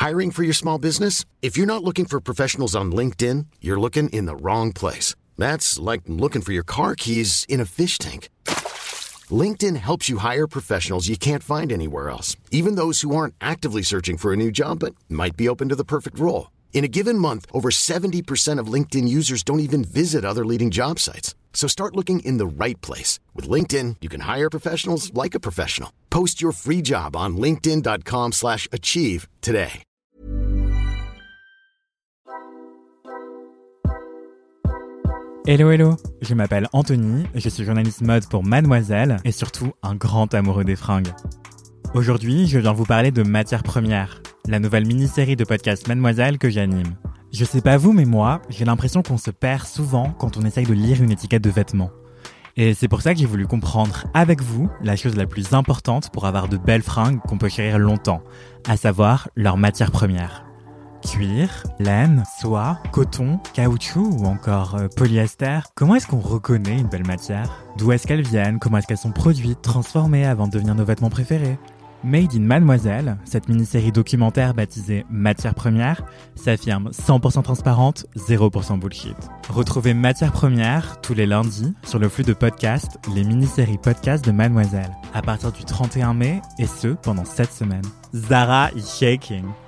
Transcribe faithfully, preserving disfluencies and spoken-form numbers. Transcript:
Hiring for your small business? If you're not looking for professionals on LinkedIn, you're looking in the wrong place. That's like looking for your car keys in a fish tank. LinkedIn helps you hire professionals you can't find anywhere else, even those who aren't actively searching for a new job but might be open to the perfect role. In a given month, over seventy percent of LinkedIn users don't even visit other leading job sites. So start looking in the right place. With LinkedIn, you can hire professionals like a professional. Post your free job on linkedin.com slash achieve today. Hello hello, je m'appelle Anthony, je suis journaliste mode pour Mademoiselle et surtout un grand amoureux des fringues. Aujourd'hui, je viens vous parler de Matières Premières, la nouvelle mini-série de podcast Mademoiselle que j'anime. Je sais pas vous, mais moi, j'ai l'impression qu'on se perd souvent quand on essaye de lire une étiquette de vêtements. Et c'est pour ça que j'ai voulu comprendre avec vous la chose la plus importante pour avoir de belles fringues qu'on peut chérir longtemps, à savoir leurs matières premières. Cuir, laine, soie, coton, caoutchouc ou encore euh, polyester. Comment est-ce qu'on reconnaît une belle matière ? D'où est-ce qu'elles viennent ? Comment est-ce qu'elles sont produites, transformées avant de devenir nos vêtements préférés ? Made in Mademoiselle, cette mini-série documentaire baptisée Matières Premières, s'affirme cent pour cent transparente, zéro pour cent bullshit. Retrouvez Matières Premières tous les lundis sur le flux de podcasts, les mini-séries podcasts de Mademoiselle, à partir du trente et un mai, et ce, pendant sept semaines. Zara is shaking.